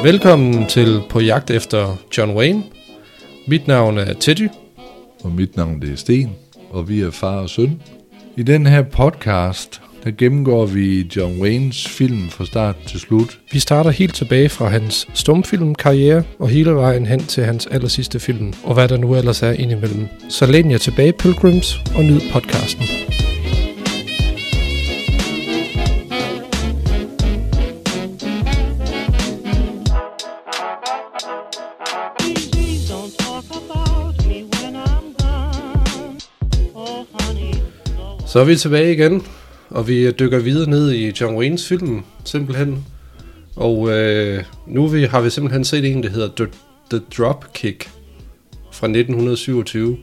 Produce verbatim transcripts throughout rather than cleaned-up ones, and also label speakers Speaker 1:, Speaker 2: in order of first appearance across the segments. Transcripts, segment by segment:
Speaker 1: Velkommen til På jagt efter John Wayne. Mit navn er Teddy.
Speaker 2: Og mit navn det er Sten, og vi er far og søn. I den her podcast, der gennemgår vi John Waynes film fra start til slut.
Speaker 1: Vi starter helt tilbage fra hans stumfilmkarriere og hele vejen hen til hans allersidste film, og hvad der nu ellers er indimellem. Så læn jer tilbage, Pilgrims, og nyd podcasten. Så er vi tilbage igen, og vi dykker videre ned i John Waynes film, simpelthen. Og øh, nu vi, har vi simpelthen set en, der hedder The, The Dropkick fra nitten syvogtyve,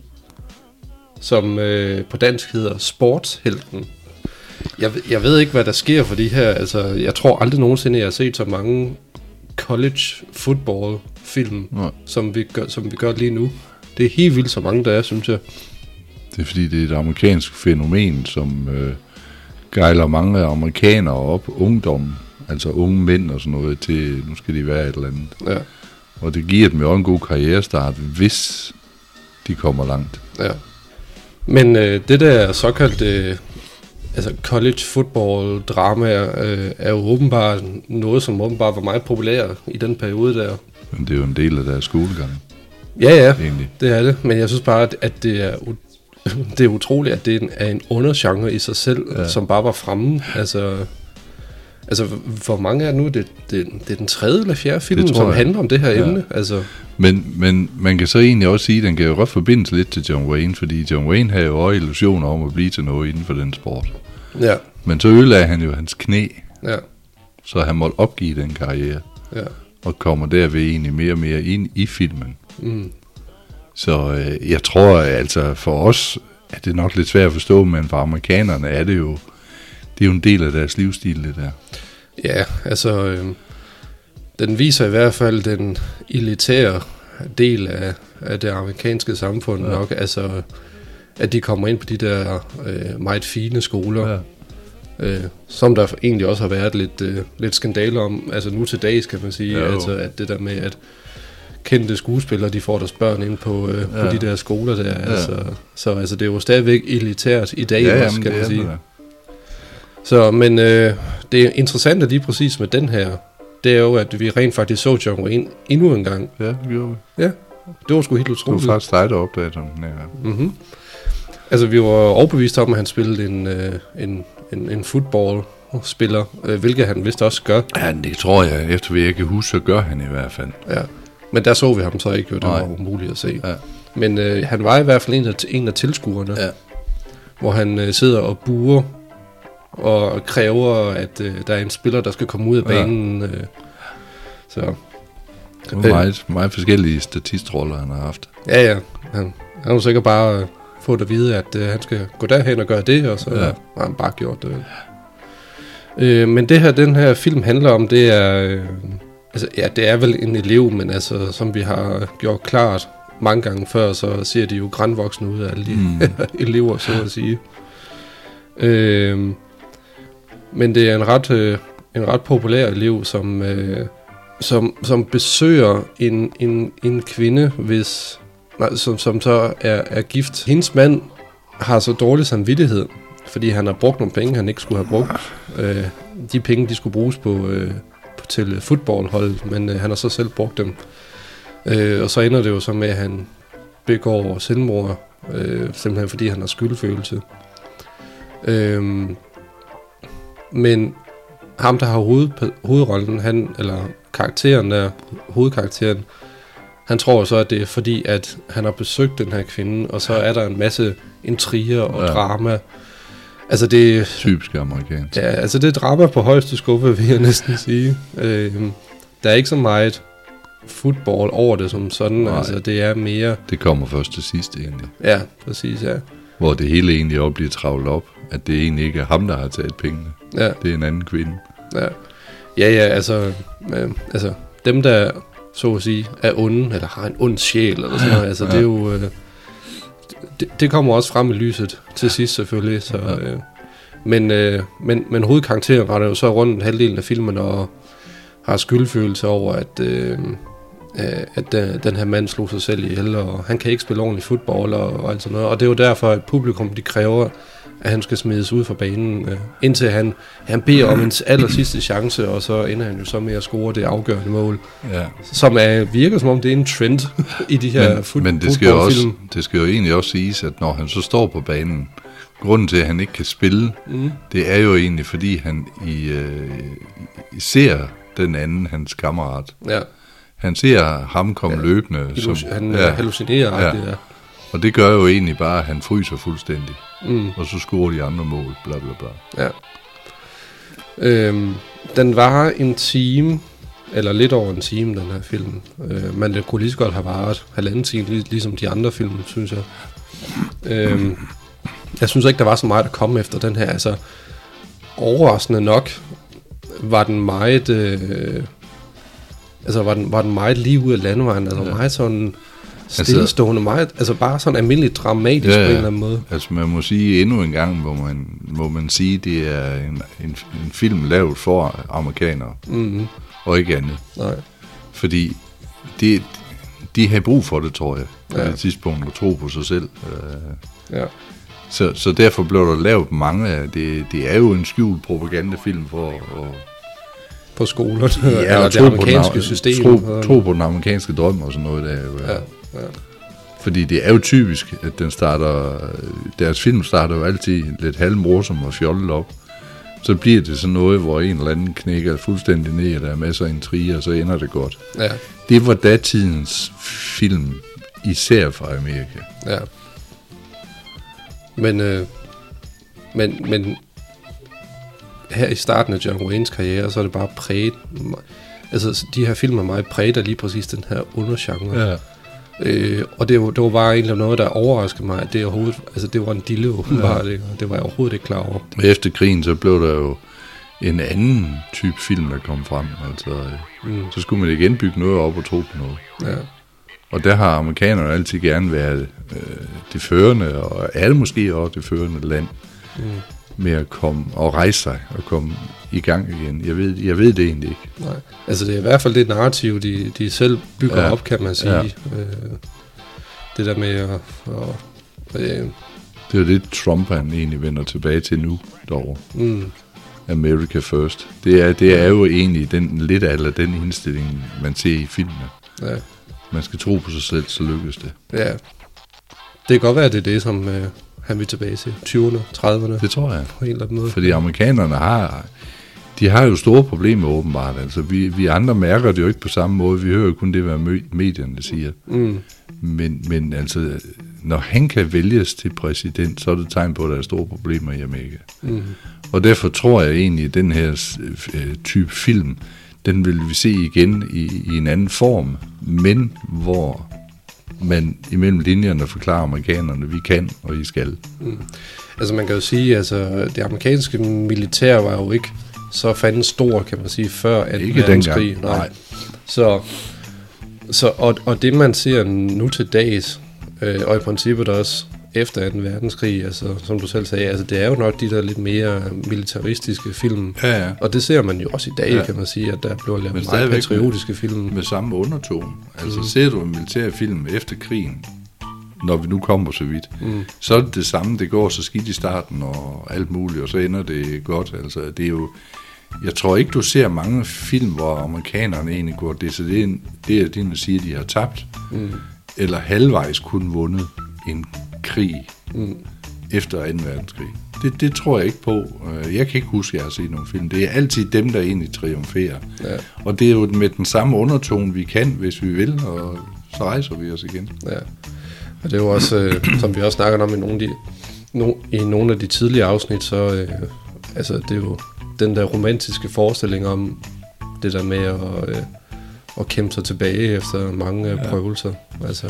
Speaker 1: som øh, på dansk hedder Sportshelten. Jeg, jeg ved ikke, hvad der sker for de her. Altså, jeg tror aldrig nogensinde, jeg har set så mange college football film, Nej. som vi gør, som vi gør lige nu. Det er helt vildt så mange, der er, synes jeg.
Speaker 2: Det er fordi, det er et amerikansk fænomen, som øh, gejler mange amerikanere op, ungdom, altså unge mænd og sådan noget, til nu skal de være et eller andet.
Speaker 1: Ja.
Speaker 2: Og det giver dem jo en god karrierestart, hvis de kommer langt.
Speaker 1: Ja. Men øh, det der såkaldt øh, altså college football drama øh, er jo åbenbart noget, som åbenbart var meget populært i den periode der.
Speaker 2: Men det er jo en del af deres skolegang.
Speaker 1: Ja, ja,
Speaker 2: egentlig. Det er
Speaker 1: det. Men jeg synes bare, at det er det er utroligt, at det er en undergenre i sig selv, ja. som bare var fremme. Altså, altså hvor mange er nu? Det, det, det er den tredje eller fjerde film, som jeg. handler om det her ja. emne. Altså.
Speaker 2: Men, men man kan så egentlig også sige, at den kan jo godt forbindes lidt til John Wayne, fordi John Wayne havde jo også illusioner om at blive til noget inden for den sport.
Speaker 1: Ja.
Speaker 2: Men så ødelagde han jo hans knæ,
Speaker 1: ja.
Speaker 2: så han måtte opgive den karriere, ja. og kommer derved egentlig mere og mere ind i filmen. Mm. Så øh, jeg tror altså for os er det nok lidt svært at forstå, men for amerikanerne er det jo det er jo en del af deres livsstil, det der.
Speaker 1: Ja, altså øh, den viser i hvert fald den elitære del af, af det amerikanske samfund ja. nok, altså at de kommer ind på de der øh, meget fine skoler, ja. øh, som der egentlig også har været lidt, øh, lidt skandaler om, altså nu til dags kan man sige, ja, altså at det der med at kendte skuespillere, de får deres børn ind på, øh, ja. på de der skoler der. Ja. Altså, så altså, det er jo stadigvæk elitært i dag, ja, også, kan man sige. Det. Så, men øh, det er interessant lige præcis med den her, det er jo, at vi rent faktisk så John Wayne endnu en gang.
Speaker 2: Ja, det gjorde vi.
Speaker 1: Ja, det var sgu helt utroligt.
Speaker 2: Det var faktisk dig, der opdagede den. Ja.
Speaker 1: Mm-hmm. Altså, vi var overbevist om, at han spillede en, øh, en, en, en football-spiller, øh, hvilket han vist også gør.
Speaker 2: Ja, det tror jeg, efter hvad jeg kan huske, så gør han i hvert fald.
Speaker 1: Ja. Men der så vi ham så ikke, jo, det Nej. var umuligt at se. Ja. Men øh, han var i hvert fald en af, en af tilskuerne, ja. hvor han øh, sidder og buer og kræver, at øh, der er en spiller, der skal komme ud af banen. Ja. Øh, så.
Speaker 2: Det var meget, meget forskellige statistroller, han har haft.
Speaker 1: Ja, ja. Han, han har sikkert bare øh, fået at vide, at øh, han skal gå derhen og gøre det, og så ja. har han bare gjort det. Øh, men det her, den her film handler om, det er... Øh, Altså, ja, det er vel en elev, men altså, som vi har gjort klart mange gange før, så ser de jo grænvoksne ud af alle de mm. elever, så at sige. Øhm, men det er en ret, øh, en ret populær elev, som, øh, som, som besøger en, en, en kvinde, hvis, nej, som, som så er, er gift. Hendes mand har så dårlig samvittighed, fordi han har brugt nogle penge, han ikke skulle have brugt. Øh, de penge, de skulle bruges på... Øh, til fodboldholdet, men øh, han har så selv brugt dem. Øh, og så ender det jo så med, at han begår selvmord, øh, simpelthen fordi han har skyldfølelse. Øh, men ham, der har hoved, hovedrollen, han, eller karakteren der, hovedkarakteren, han tror så, at det er fordi, at han har besøgt den her kvinde, og så er der en masse intriger og ja. drama. Altså det
Speaker 2: typisk amerikansk.
Speaker 1: Ja, altså det er drama på højeste skuffe, vil jeg næsten sige. Øh, der er ikke så meget fodbold over det som sådan. Nej, altså det er mere...
Speaker 2: Det kommer først til sidst egentlig.
Speaker 1: Ja, præcis, ja.
Speaker 2: Hvor det hele egentlig også bliver travlt op, at det egentlig ikke er ham, der har taget pengene. Ja. Det er en anden kvinde.
Speaker 1: Ja, ja, ja altså, øh, altså dem, der så at sige er onde, eller har en ond sjæl, eller sådan noget, altså ja. det er jo... Øh, det, det kommer også frem i lyset til sidst selvfølgelig, så... Øh, Men, øh, men, men hovedkarakteren retter jo så rundt halvdelen af filmen og, har skyldfølelse over, at, øh, at den her mand slog sig selv ihjel, og han kan ikke spille ordentligt fodbold og, og alt sådan noget. Og det er jo derfor, at publikum de kræver, at han skal smides ud fra banen, øh, indtil han, han beder om en aller sidste chance, og så ender han jo så med at score det afgørende mål. Ja. Som er, virker som om det er en trend i de her
Speaker 2: men,
Speaker 1: fod-
Speaker 2: men det skal, jo også, det skal jo egentlig også siges, at når han så står på banen, grunden til, at han ikke kan spille, mm. det er jo egentlig, fordi han i, øh, ser den anden, hans kammerat. Ja. Han ser ham komme ja. løbende.
Speaker 1: Som, han ja, hallucinerer. Ja. Ja.
Speaker 2: Og det gør jo egentlig bare, at han fryser fuldstændig. Mm. Og så scorer de andre mål, bla bla bla. Ja.
Speaker 1: Øhm, den var en time, eller lidt over en time, den her film. Øh, men det kunne lige så godt have varet halvanden time, lig, ligesom de andre film, synes jeg. Øhm, jeg synes ikke, der var så meget at komme efter den her. Altså, overraskende nok var den meget... Øh, altså, var den, var den meget lige ud af landevejen. Altså, ja. meget sådan... stillestående, meget, altså bare sådan almindeligt dramatisk ja, ja. på en eller anden måde.
Speaker 2: Altså man må sige endnu en gang, hvor man, må man sige, det er en, en, en film lavet for amerikanere, mm-hmm. og ikke andet. Nej. Fordi det, de har brug for det, tror jeg, på ja. det tidspunkt, at tro på sig selv. Ja. Så, så derfor blev der lavet mange af det. Det er jo en skjult propagandafilm for at
Speaker 1: på skolerne, ja, eller det amerikanske
Speaker 2: den,
Speaker 1: system.
Speaker 2: Tro, tro på den amerikanske drøm og sådan noget der. Jo, ja. Ja. Fordi det er jo typisk, at den starter, deres film starter jo altid lidt halvmorsom og fjollet op. Så bliver det sådan noget, hvor en eller anden knækker fuldstændig ned, og der er masser af intriger, og så ender det godt. Ja. Det var datidens film, især fra Amerika. Ja.
Speaker 1: Men, øh, men, men her i starten af John Waynes karriere, så er det bare præget. Altså, de her film er meget præget af lige præcis den her undergenre. Ja. Øh, og det var, det var bare egentlig noget, der overraskede mig, at det overhovedet, altså det var en dille åbenbart, ja. Det var jeg overhovedet ikke klar over.
Speaker 2: Efter krigen, så blev der jo en anden type film, der kom frem. Altså, mm. så skulle man igen bygge noget op og tro på noget. Ja. Og der har amerikanerne altid gerne været øh, det førende, og er det måske også det førende land, mm. med at komme og rejse sig og komme i gang igen. Jeg ved, jeg ved det egentlig ikke.
Speaker 1: Nej, altså det er i hvert fald det narrativ, de, de selv bygger ja. op, kan man sige. Ja. Øh, det der med at... Og, øh,
Speaker 2: det er jo det, Trump han egentlig vender tilbage til nu derovre. Mm. America First. Det er, det er jo egentlig den, lidt af den indstilling, man ser i filmene. Ja. Man skal tro på sig selv, så lykkes det.
Speaker 1: Ja. Det kan godt være, at det er det, som øh, han vil tilbage til. tyverne, trediverne.
Speaker 2: Det tror jeg.
Speaker 1: På en eller anden måde.
Speaker 2: Fordi amerikanerne har... De har jo store problemer åbenbart. Altså, vi, vi andre mærker det jo ikke på samme måde. Vi hører jo kun det, hvad medierne siger. Mm. Men, men altså, når han kan vælges til præsident, så er det tegn på, at der er store problemer i Amerika. Mm. Og derfor tror jeg egentlig, at den her øh, type film, den vil vi se igen i, i en anden form, men hvor man imellem linjerne forklarer amerikanerne, vi kan, og I skal. Mm.
Speaker 1: Altså man kan jo sige, altså det amerikanske militær var jo ikke så fanden stor, kan man sige, før anden verdenskrig. Nej. Nej. Så, så og, og det man ser nu til dags, øh, og i princippet også efter anden verdenskrig, altså som du selv sagde, altså det er jo nok de der lidt mere militaristiske film. Ja, ja. Og det ser man jo også i dag, ja. Kan man sige, at der bliver lavet meget patriotiske film.
Speaker 2: Med samme undertone. Altså mm. ser du en militærfilm efter krigen, når vi nu kommer så vidt, mm. så er det det samme, det går så skidt i starten og alt muligt, og så ender det godt. Altså det er jo, jeg tror ikke, du ser mange film, hvor amerikanerne egentlig går det, så det er, det er det, man siger, de har tabt, mm. eller halvvejs kun vundet en krig mm. efter anden verdenskrig. Det, det tror jeg ikke på. Jeg kan ikke huske, at jeg har set nogle film. Det er altid dem, der egentlig triumferer. Ja. Og det er jo med den samme undertone, vi kan, hvis vi vil, og så rejser vi os igen. Ja.
Speaker 1: Og det er jo også, øh, som vi også snakker om i nogle af de, no, i nogle af de tidlige afsnit, så øh, altså, det er jo den der romantiske forestilling om det der med at, øh, at kæmpe sig tilbage efter mange ja. prøvelser. Altså,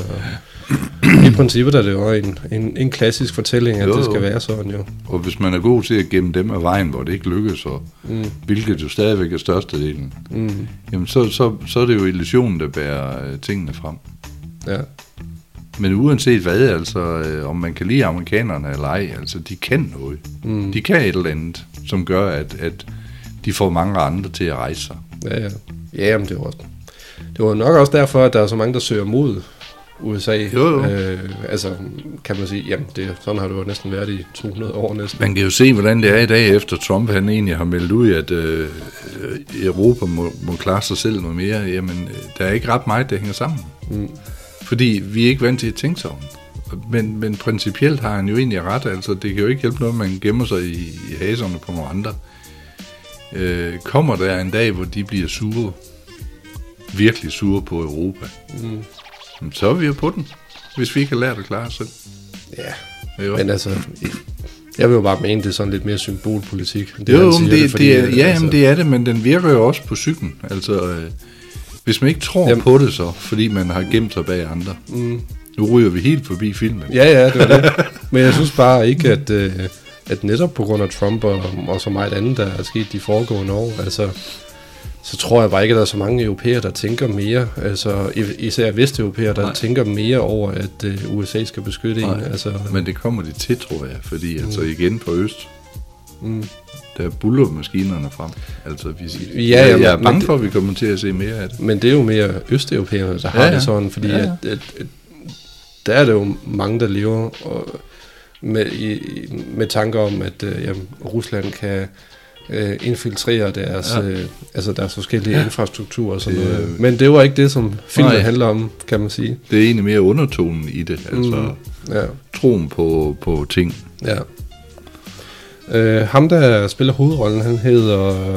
Speaker 1: i princippet er det jo en, en, en klassisk fortælling, at jo, det skal være sådan jo.
Speaker 2: Og hvis man er god til at gemme dem af vejen, hvor det ikke lykkes, og mm. hvilket jo stadigvæk er størstedelen, mm. jamen så, så, så er det jo illusionen, der bærer tingene frem. Ja. Men uanset hvad, altså, øh, om man kan lide amerikanerne eller ej, altså, de kan noget. Mm. De kan et eller andet, som gør, at, at de får mange andre til at rejse sig.
Speaker 1: Ja, ja. Ja, men det var, det var nok også derfor, at der er så mange, der søger mod U S A.
Speaker 2: Jo, jo.
Speaker 1: Øh, altså, kan man sige, jamen, det, sådan har det jo næsten været i to hundrede år næsten.
Speaker 2: Man kan jo se, hvordan det er i dag, efter Trump han egentlig har meldt ud, at øh, Europa må, må klare sig selv noget mere. Jamen, der er ikke ret meget, der hænger sammen. Mm. Fordi vi er ikke vant til at tænke sådan. Men, men principielt har han jo egentlig ret. Altså, det kan jo ikke hjælpe noget, man gemmer sig i, i haserne på nogle andre. Øh, kommer der en dag, hvor de bliver sure, virkelig sure på Europa, mm. så er vi jo på den, hvis vi ikke har lært at klare os selv.
Speaker 1: Ja, jo. Men altså, jeg vil jo bare mene, det er sådan lidt mere symbolpolitik.
Speaker 2: Det, jo, siger, det, det, fordi, det er, ja, altså, det er det, men den virker jo også på psyken. Altså, øh, hvis man ikke tror jamen, på det så, fordi man har gemt sig bag andre. Mm. Nu ryger vi helt forbi filmen.
Speaker 1: Ja, ja, det var det. Men jeg synes bare ikke, at, øh, at netop på grund af Trump og, og så meget andet, der er sket de foregående år, altså, så tror jeg bare ikke, at der er så mange europæere, der tænker mere, altså især vesteuropæere, der Nej. tænker mere over, at uh, U S A skal beskytte Nej. en. Altså.
Speaker 2: Men det kommer de til, tror jeg, fordi mm. altså igen på øst, mm. der buller maskinerne frem. Altså, vi siger, ja, ja, jeg er bange for, at vi kommer til at se mere af det.
Speaker 1: Men det er jo mere østeuropæere, der har ja, ja. det sådan, fordi ja, ja. At, at, at, der er det jo mange, der lever og med, i, med tanker om, at uh, jamen, Rusland kan uh, infiltrere deres, ja. uh, altså deres forskellige ja. infrastrukturer og sådan det, noget. Men det var ikke det, som filmen nej. handler om, kan man sige.
Speaker 2: Det er egentlig mere undertonen i det, altså mm, ja. troen på, på ting.
Speaker 1: Ja. Uh, ham, der spiller hovedrollen, han hedder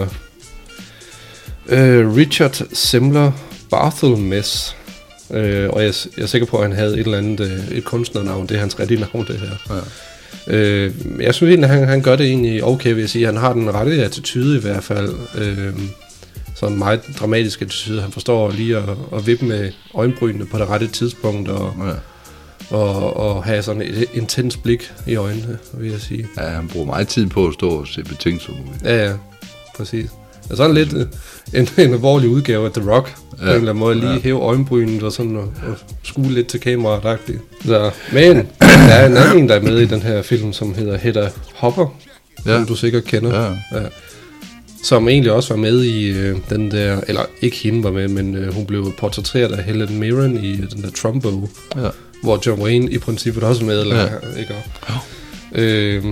Speaker 1: uh, Richard Semler Barthelmess. Øh, og jeg, jeg er sikker på, at han havde et eller andet øh, et kunstnernavn. Det er hans rigtige navn, det her. Ja. Øh, jeg synes egentlig, at han, han gør det egentlig okay, vil jeg sige. Han har den rette attitude i hvert fald. Øh, sådan en meget dramatisk attitude. Han forstår lige at, at vippe med øjenbrynene på det rette tidspunkt, og, ja. og, og have sådan et intens blik i øjnene, vil jeg sige.
Speaker 2: Ja, han bruger meget tid på at stå og se betænksom ud.
Speaker 1: Ja, ja, præcis. Det er sådan lidt en, en alvorlig udgave af The Rock, ja. på en eller anden måde, lige ja. hæve øjenbrynet og sådan og, og skue lidt til kameraet. Så, men der er en anden, der er med i den her film, som hedder Hedda Hopper, ja. som du sikkert kender. Ja. Ja. Som egentlig også var med i øh, den der, eller ikke hende var med, men øh, hun blev portrætteret af Helen Mirren i den der Trumbo, ja. hvor John Wayne i princippet også med, eller ja. ikke? Ja. Øh,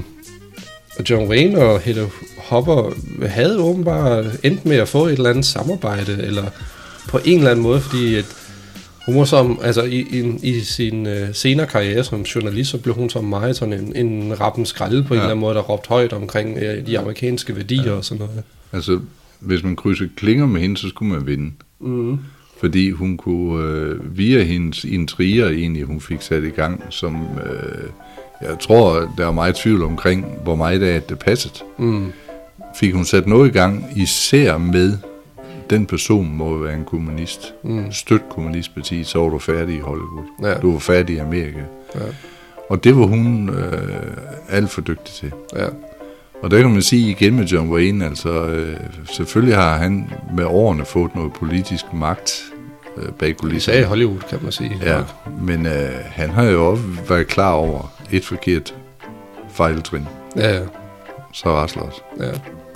Speaker 1: og John Wayne og Hedda Hopper havde åbenbart endt med at få et eller andet samarbejde, eller på en eller anden måde, fordi at hun var som, altså i, i, i sin uh, senere karriere som journalist, så blev hun så meget sådan en, en rappen skralde på ja. en eller anden måde, der råbte højt omkring uh, de amerikanske værdier ja. og sådan noget. Altså,
Speaker 2: hvis man krydser klinger med hende, så skulle man vinde. Mm. Fordi hun kunne, øh, via hendes intriger egentlig, hun fik sat i gang, som... Øh, jeg tror, der er meget tvivl omkring, hvor meget af det passede. Mm. Fik hun sat noget i gang, især med den person må være en kommunist. Mm. Støt kommunistparti, så var du færdig i Hollywood. Ja. Du var færdig i Amerika. Ja. Og det var hun øh, alt for dygtig til. Ja. Og der kan man sige igen med John Wayne, altså øh, selvfølgelig har han med årene fået noget politisk magt øh, bag kulisserne.
Speaker 1: Det er i Hollywood, kan man sige.
Speaker 2: Ja, men øh, han har jo også været klar over et forkert fejltrin.
Speaker 1: Ja, ja.
Speaker 2: Så rasler os.
Speaker 1: Ja.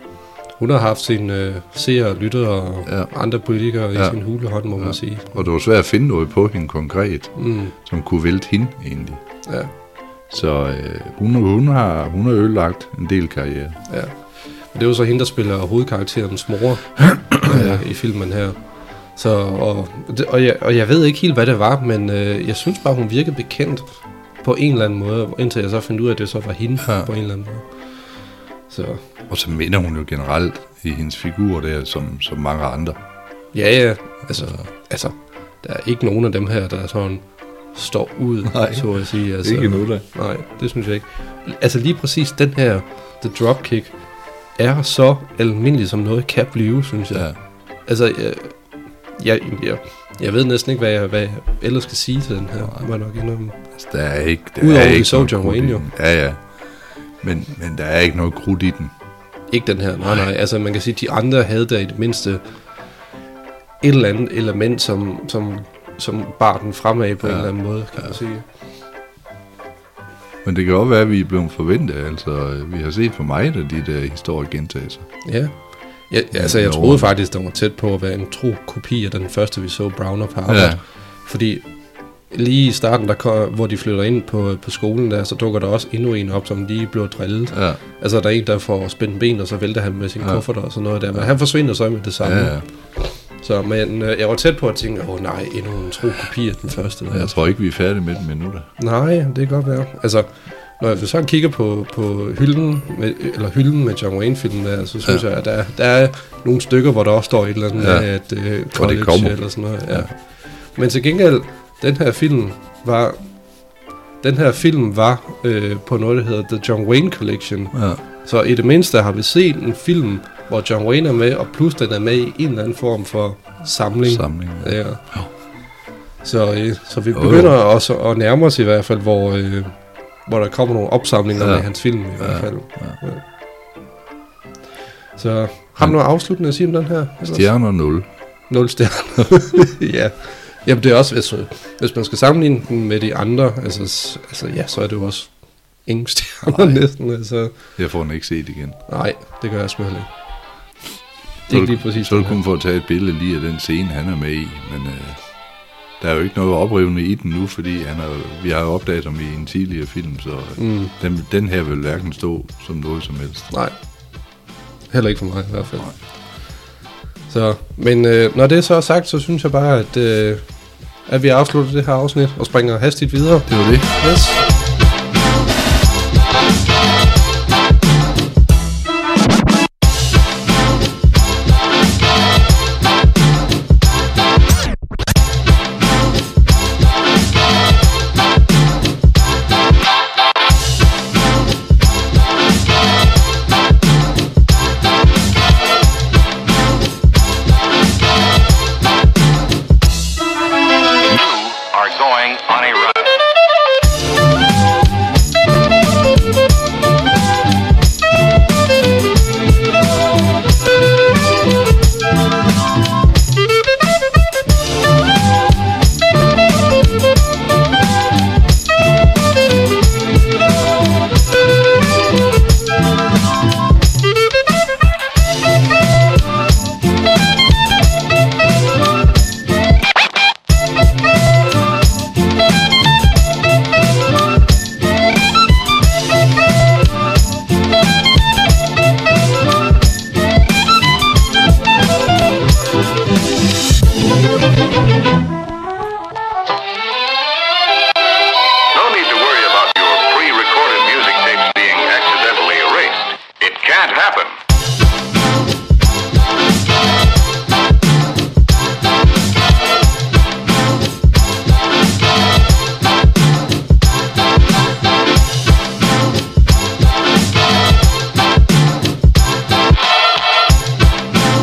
Speaker 1: Hun har haft sine øh, seere, lyttere og ja. andre politikere ja. i sin hulehånd, må ja. man sige.
Speaker 2: Og det var svært at finde noget på hende konkret, mm. som kunne vælte hende egentlig. Ja. Så øh, hun, hun, har, hun har ødelagt en del karriere.
Speaker 1: Ja. Men det er jo så hende, der spiller hovedkarakterens mor ja. øh, i filmen her. Så, og, og, jeg, og jeg ved ikke helt, hvad det var, men øh, jeg synes bare, hun virkede bekendt på en eller anden måde, indtil jeg så fandt ud af, at det så var hende ja. på en eller anden måde. Så.
Speaker 2: Og så minder hun jo generelt i hendes figur der, som, som mange andre.
Speaker 1: Ja, ja. Altså, altså, der er ikke nogen af dem her, der sådan står ud, nej, så at sige. Altså,
Speaker 2: ikke nu da.
Speaker 1: Nej, det synes jeg ikke. Altså lige præcis den her, The Dropkick, er så almindelig, som noget kan blive, synes jeg. Ja. Altså, jeg, jeg, jeg, jeg ved næsten ikke, hvad jeg, hvad jeg ellers skal sige til den her. Nej. Må nok indrømme.
Speaker 2: Altså, der er ikke... Der
Speaker 1: Udover
Speaker 2: er ikke
Speaker 1: vi så John Wayne jo.
Speaker 2: Ja, ja. Men, men der er ikke noget krudt i den.
Speaker 1: Ikke den her, nej, nej. Altså man kan sige, at de andre havde der i det mindste et eller andet element, som, som, som bar den fremad på ja. en eller anden måde, kan ja. man sige.
Speaker 2: Men det kan også være, at vi er blevet forventet. Altså, vi har set for mig, at de der historier gentager sig.
Speaker 1: Ja. Ja, altså, jeg troede faktisk, der var tæt på at være en tro kopi af den første, vi så, Brown og Harvard. Ja. Fordi lige i starten, der kom, hvor de flytter ind på, på skolen, der, så dukker der også endnu en op, som lige bliver drillet. Ja. Altså, der er en, der får spændt ben, og så vælter han med sin ja. kuffert og sådan noget der. Men ja. han forsvinder så med det samme. Ja, ja. Så, men øh, jeg var tæt på at tænke, åh nej, endnu en tro kopi af den første.
Speaker 2: Jeg tror ikke, vi er færdige med den minutter.
Speaker 1: Nej, det kan godt være. Altså, når jeg så kigger på, på hylden, med, eller hylden med John Wayne-filmen der, så synes ja. jeg, at der, der er nogle stykker, hvor der også står et eller andet ja. med, at uh, college det eller sådan noget. Ja. Ja. Men til gengæld, den her film var, den her film var øh, på noget, der hedder The John Wayne Collection. Ja. Så i det mindste har vi set en film, hvor John Wayne er med, og plus den er med i en eller anden form for samling.
Speaker 2: Samling, ja. ja.
Speaker 1: Så, øh, så vi begynder oh. også at nærme os i hvert fald, hvor... Øh, hvor der kommer nogle opsamlinger ja. med hans film i ja. hvert fald. Ja. Ja. Så har du noget afsluttende at sige om den her?
Speaker 2: Stjerner nul.
Speaker 1: Nul stjerner. Ja. Jamen det er også, hvis, hvis man skal sammenligne den med de andre, altså, altså ja, så er det jo også ingen stjerner næsten. Altså.
Speaker 2: Jeg får den ikke set igen.
Speaker 1: Nej, det gør jeg sgu heller ikke. Det er ikke lige præcis.
Speaker 2: Så du kun få at tage et billede lige af den scene, han er med i, men... Øh der er jo ikke noget oprivende i den nu, fordi han er, vi har jo opdaget ham i en tidligere film, så mm. den, den her vil hverken stå som noget som helst.
Speaker 1: Nej, heller ikke for mig i hvert fald. Nej. Så, men øh, når det så er sagt, så synes jeg bare, at, øh, at vi afslutter det her afsnit og springer hastigt videre.
Speaker 2: Det var det.
Speaker 1: Yes.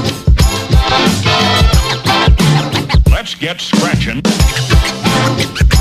Speaker 3: Get scratching.